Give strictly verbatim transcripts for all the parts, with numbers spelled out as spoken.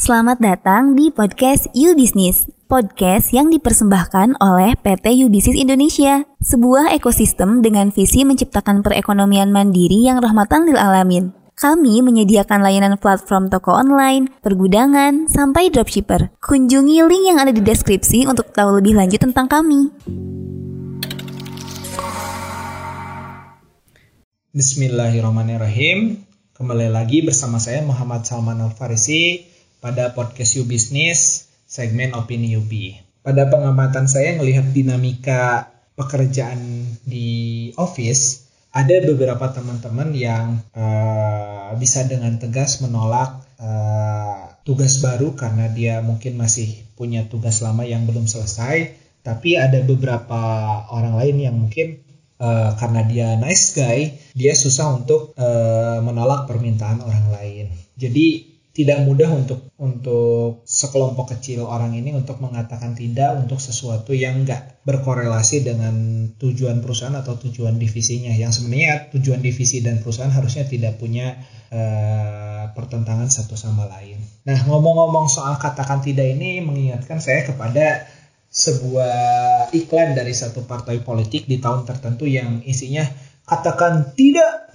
Selamat datang di podcast You Business, podcast yang dipersembahkan oleh P T You Business Indonesia, sebuah ekosistem dengan visi menciptakan perekonomian mandiri yang rahmatan lil alamin. Kami menyediakan layanan platform toko online, pergudangan, sampai dropshipper. Kunjungi link yang ada di deskripsi untuk tahu lebih lanjut tentang kami. Bismillahirrahmanirrahim. Kembali lagi bersama saya Muhammad Salman Al-Farisi pada podcast You Business, segmen Opini U B. Pada pengamatan saya melihat dinamika pekerjaan di office, ada beberapa teman-teman yang uh, bisa dengan tegas menolak uh, tugas baru karena dia mungkin masih punya tugas lama yang belum selesai. Tapi ada beberapa orang lain yang mungkin uh, karena dia nice guy, dia susah untuk uh, menolak permintaan orang lain. Jadi tidak mudah untuk untuk sekelompok kecil orang ini untuk mengatakan tidak untuk sesuatu yang nggak berkorelasi dengan tujuan perusahaan atau tujuan divisinya. Yang sebenarnya tujuan divisi dan perusahaan harusnya tidak punya uh, pertentangan satu sama lain. Nah, ngomong-ngomong soal katakan tidak ini mengingatkan saya kepada sebuah iklan dari satu partai politik di tahun tertentu yang isinya katakan tidak,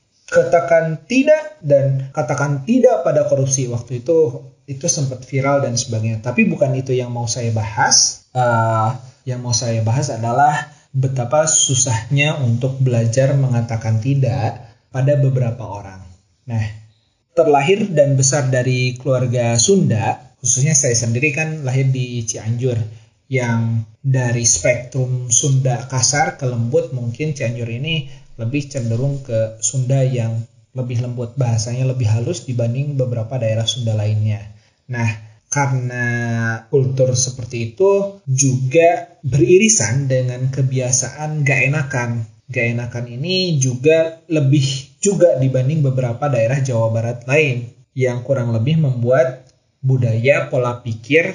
katakan tidak, dan katakan tidak pada korupsi. Waktu itu itu sempat viral dan sebagainya. Tapi bukan itu yang mau saya bahas. Uh, yang mau saya bahas adalah betapa susahnya untuk belajar mengatakan tidak pada beberapa orang. Nah, terlahir dan besar dari keluarga Sunda, khususnya saya sendiri kan lahir di Cianjur, yang dari spektrum Sunda kasar ke lembut, mungkin Cianjur ini lebih cenderung ke Sunda yang lebih lembut, bahasanya lebih halus dibanding beberapa daerah Sunda lainnya. Nah, karena kultur seperti itu juga beririsan dengan kebiasaan gak enakan. Gak enakan ini juga lebih juga dibanding beberapa daerah Jawa Barat lain yang kurang lebih membuat budaya, pola pikir,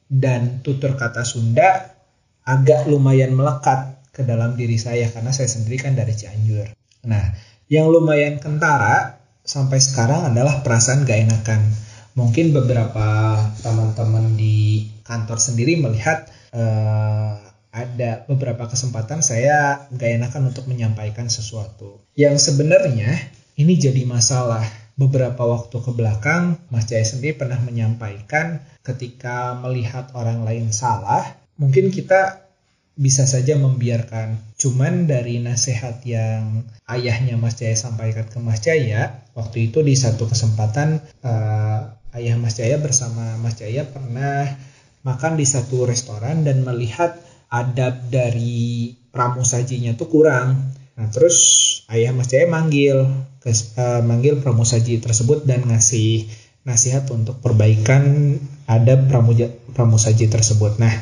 dan tutur kata Sunda agak lumayan melekat ke dalam diri saya karena saya sendiri kan dari Cianjur. Nah, yang lumayan kentara sampai sekarang adalah perasaan gak enakan. Mungkin beberapa teman-teman di kantor sendiri melihat uh, ada beberapa kesempatan saya gak enakan untuk menyampaikan sesuatu. Yang sebenarnya ini jadi masalah. Beberapa waktu ke belakang, Mas Jaya sendiri pernah menyampaikan ketika melihat orang lain salah, mungkin kita bisa saja membiarkan. Cuman dari nasihat yang ayahnya Mas Jaya sampaikan ke Mas Jaya, waktu itu di satu kesempatan uh, ayah Mas Jaya bersama Mas Jaya pernah makan di satu restoran dan melihat adab dari pramusajinya tuh kurang. Nah, terus ayah Mas Jaya manggil ke, uh, manggil pramusaji tersebut dan ngasih nasihat untuk perbaikan adab pramuja, pramusaji tersebut. Nah,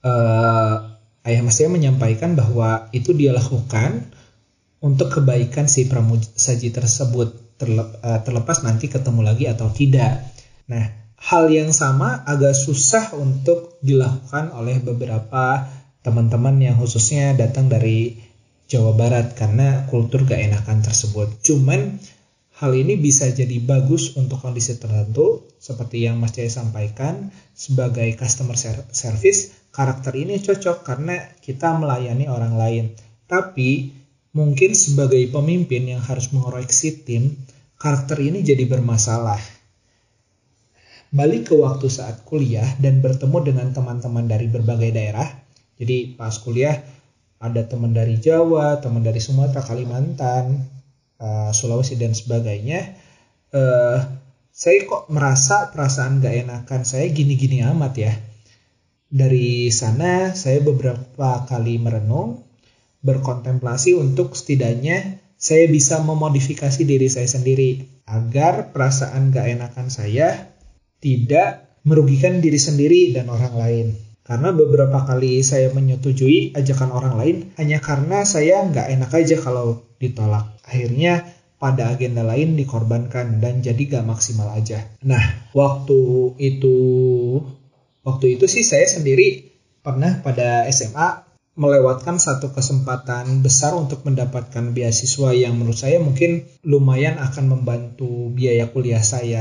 uh, ayah Mas Jaya menyampaikan bahwa itu dia lakukan untuk kebaikan si pramusaji tersebut, terlep, uh, terlepas nanti ketemu lagi atau tidak. Nah, hal yang sama agak susah untuk dilakukan oleh beberapa teman-teman yang khususnya datang dari Jawa Barat karena kultur gak enakan tersebut. Cuman hal ini bisa jadi bagus untuk kondisi tertentu seperti yang Mas Jaya sampaikan. Sebagai customer service, karakter ini cocok karena kita melayani orang lain. Tapi mungkin sebagai pemimpin yang harus mengoreksi tim, karakter ini jadi bermasalah. Balik ke waktu saat kuliah dan bertemu dengan teman-teman dari berbagai daerah. Jadi pas kuliah ada teman dari Jawa, teman dari Sumatera, Kalimantan, uh, Sulawesi dan sebagainya. Uh, saya kok merasa perasaan gak enakan saya gini-gini amat ya. Dari sana saya beberapa kali merenung, berkontemplasi untuk setidaknya saya bisa memodifikasi diri saya sendiri agar perasaan gak enakan saya tidak merugikan diri sendiri dan orang lain. Karena beberapa kali saya menyetujui ajakan orang lain hanya karena saya nggak enak aja kalau ditolak. Akhirnya pada agenda lain dikorbankan dan jadi nggak maksimal aja. Nah, waktu itu waktu itu sih saya sendiri pernah pada S M A melewatkan satu kesempatan besar untuk mendapatkan beasiswa yang menurut saya mungkin lumayan akan membantu biaya kuliah saya.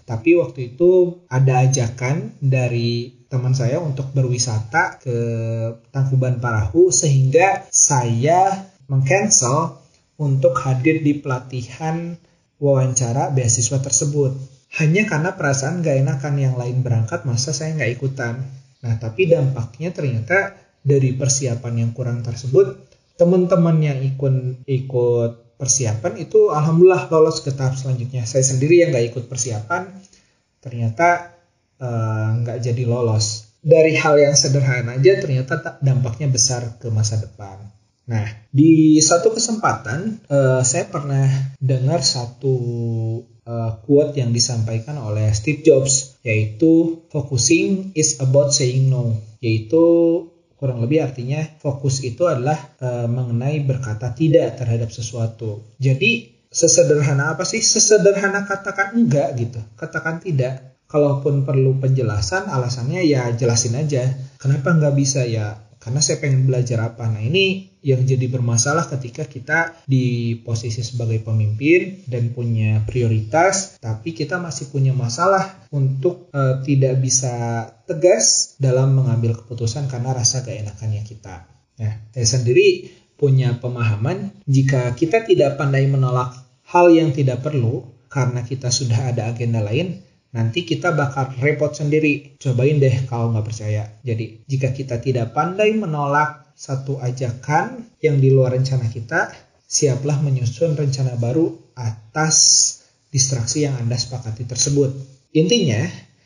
Tapi waktu itu ada ajakan dari teman saya untuk berwisata ke Tangkuban Parahu sehingga saya meng-cancel untuk hadir di pelatihan wawancara beasiswa tersebut. Hanya karena perasaan gak enakan yang lain berangkat, masa saya gak ikutan. Nah, tapi dampaknya ternyata dari persiapan yang kurang tersebut, teman-teman yang ikut, ikut persiapan itu alhamdulillah lolos ke tahap selanjutnya. Saya sendiri yang gak ikut persiapan, ternyata nggak uh, jadi lolos. Dari hal yang sederhana aja ternyata dampaknya besar ke masa depan. Nah, di satu kesempatan uh, saya pernah dengar satu uh, quote yang disampaikan oleh Steve Jobs, yaitu focusing is about saying no, yaitu kurang lebih artinya fokus itu adalah uh, mengenai berkata tidak terhadap sesuatu. Jadi sesederhana apa sih? Sesederhana katakan enggak gitu, katakan tidak. Kalaupun perlu penjelasan, alasannya ya jelasin aja. Kenapa nggak bisa ya? Karena saya pengen belajar apa. Nah, ini yang jadi bermasalah ketika kita di posisi sebagai pemimpin dan punya prioritas, tapi kita masih punya masalah untuk uh, tidak bisa tegas dalam mengambil keputusan karena rasa gak enakannya kita. Nah, saya sendiri punya pemahaman jika kita tidak pandai menolak hal yang tidak perlu karena kita sudah ada agenda lain, nanti kita bakal repot sendiri. Cobain deh kalau nggak percaya. Jadi, jika kita tidak pandai menolak satu ajakan yang di luar rencana kita, siaplah menyusun rencana baru atas distraksi yang Anda sepakati tersebut. Intinya,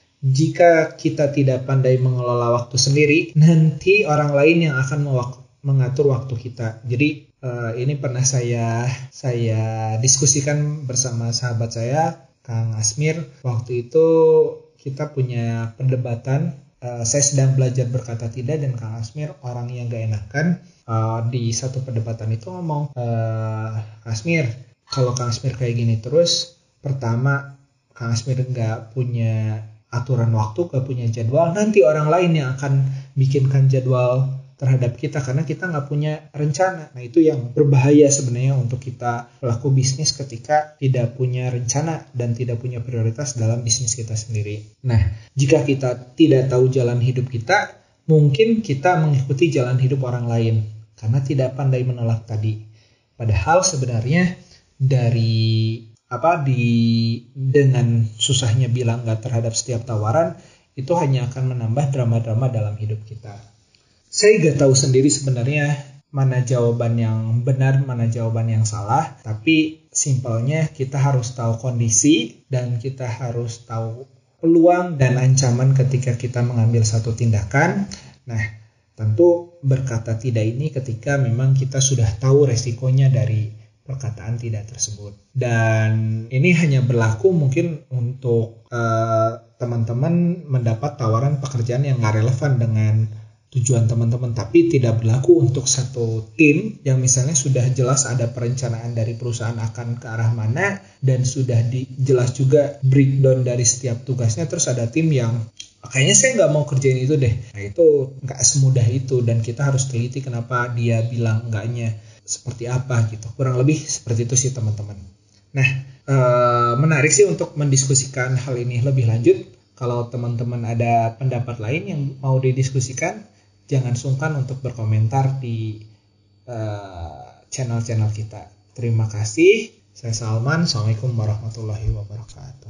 jika kita tidak pandai mengelola waktu sendiri, nanti orang lain yang akan mengatur waktu kita. Jadi, uh, ini pernah saya saya diskusikan bersama sahabat saya, Kang Asmir. Waktu itu kita punya perdebatan, uh, saya sedang belajar berkata tidak dan Kang Asmir orang yang gak enakan. Uh, di satu perdebatan itu ngomong, uh, Asmir, kalau Kang Asmir kayak gini terus, pertama Kang Asmir gak punya aturan waktu, gak punya jadwal, nanti orang lain yang akan bikinkan jadwal terhadap kita karena kita nggak punya rencana. Nah, itu yang berbahaya sebenarnya untuk kita pelaku bisnis ketika tidak punya rencana dan tidak punya prioritas dalam bisnis kita sendiri. Nah, jika kita tidak tahu jalan hidup kita, mungkin kita mengikuti jalan hidup orang lain karena tidak pandai menolak tadi. Padahal sebenarnya dari apa di dengan susahnya bilang nggak terhadap setiap tawaran itu hanya akan menambah drama-drama dalam hidup kita. Saya gak tahu sendiri sebenarnya mana jawaban yang benar, mana jawaban yang salah. Tapi simpelnya kita harus tahu kondisi dan kita harus tahu peluang dan ancaman ketika kita mengambil satu tindakan. Nah, tentu berkata tidak ini ketika memang kita sudah tahu resikonya dari perkataan tidak tersebut. Dan ini hanya berlaku mungkin untuk uh, teman-teman mendapat tawaran pekerjaan yang gak relevan dengan tujuan teman-teman, tapi tidak berlaku untuk satu tim yang misalnya sudah jelas ada perencanaan dari perusahaan akan ke arah mana dan sudah di, jelas juga breakdown dari setiap tugasnya, terus ada tim yang kayaknya saya nggak mau kerjain itu deh. Nah, itu nggak semudah itu dan kita harus teliti kenapa dia bilang enggaknya seperti apa gitu. Kurang lebih seperti itu sih teman-teman. Nah, ee, menarik sih untuk mendiskusikan hal ini lebih lanjut. Kalau teman-teman ada pendapat lain yang mau didiskusikan, jangan sungkan untuk berkomentar di uh, channel-channel kita. Terima kasih. Saya Salman. Assalamualaikum warahmatullahi wabarakatuh.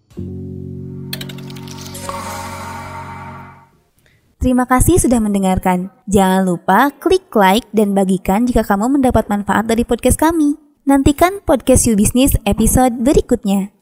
Terima kasih sudah mendengarkan. Jangan lupa klik like dan bagikan jika kamu mendapat manfaat dari podcast kami. Nantikan podcast You Business episode berikutnya.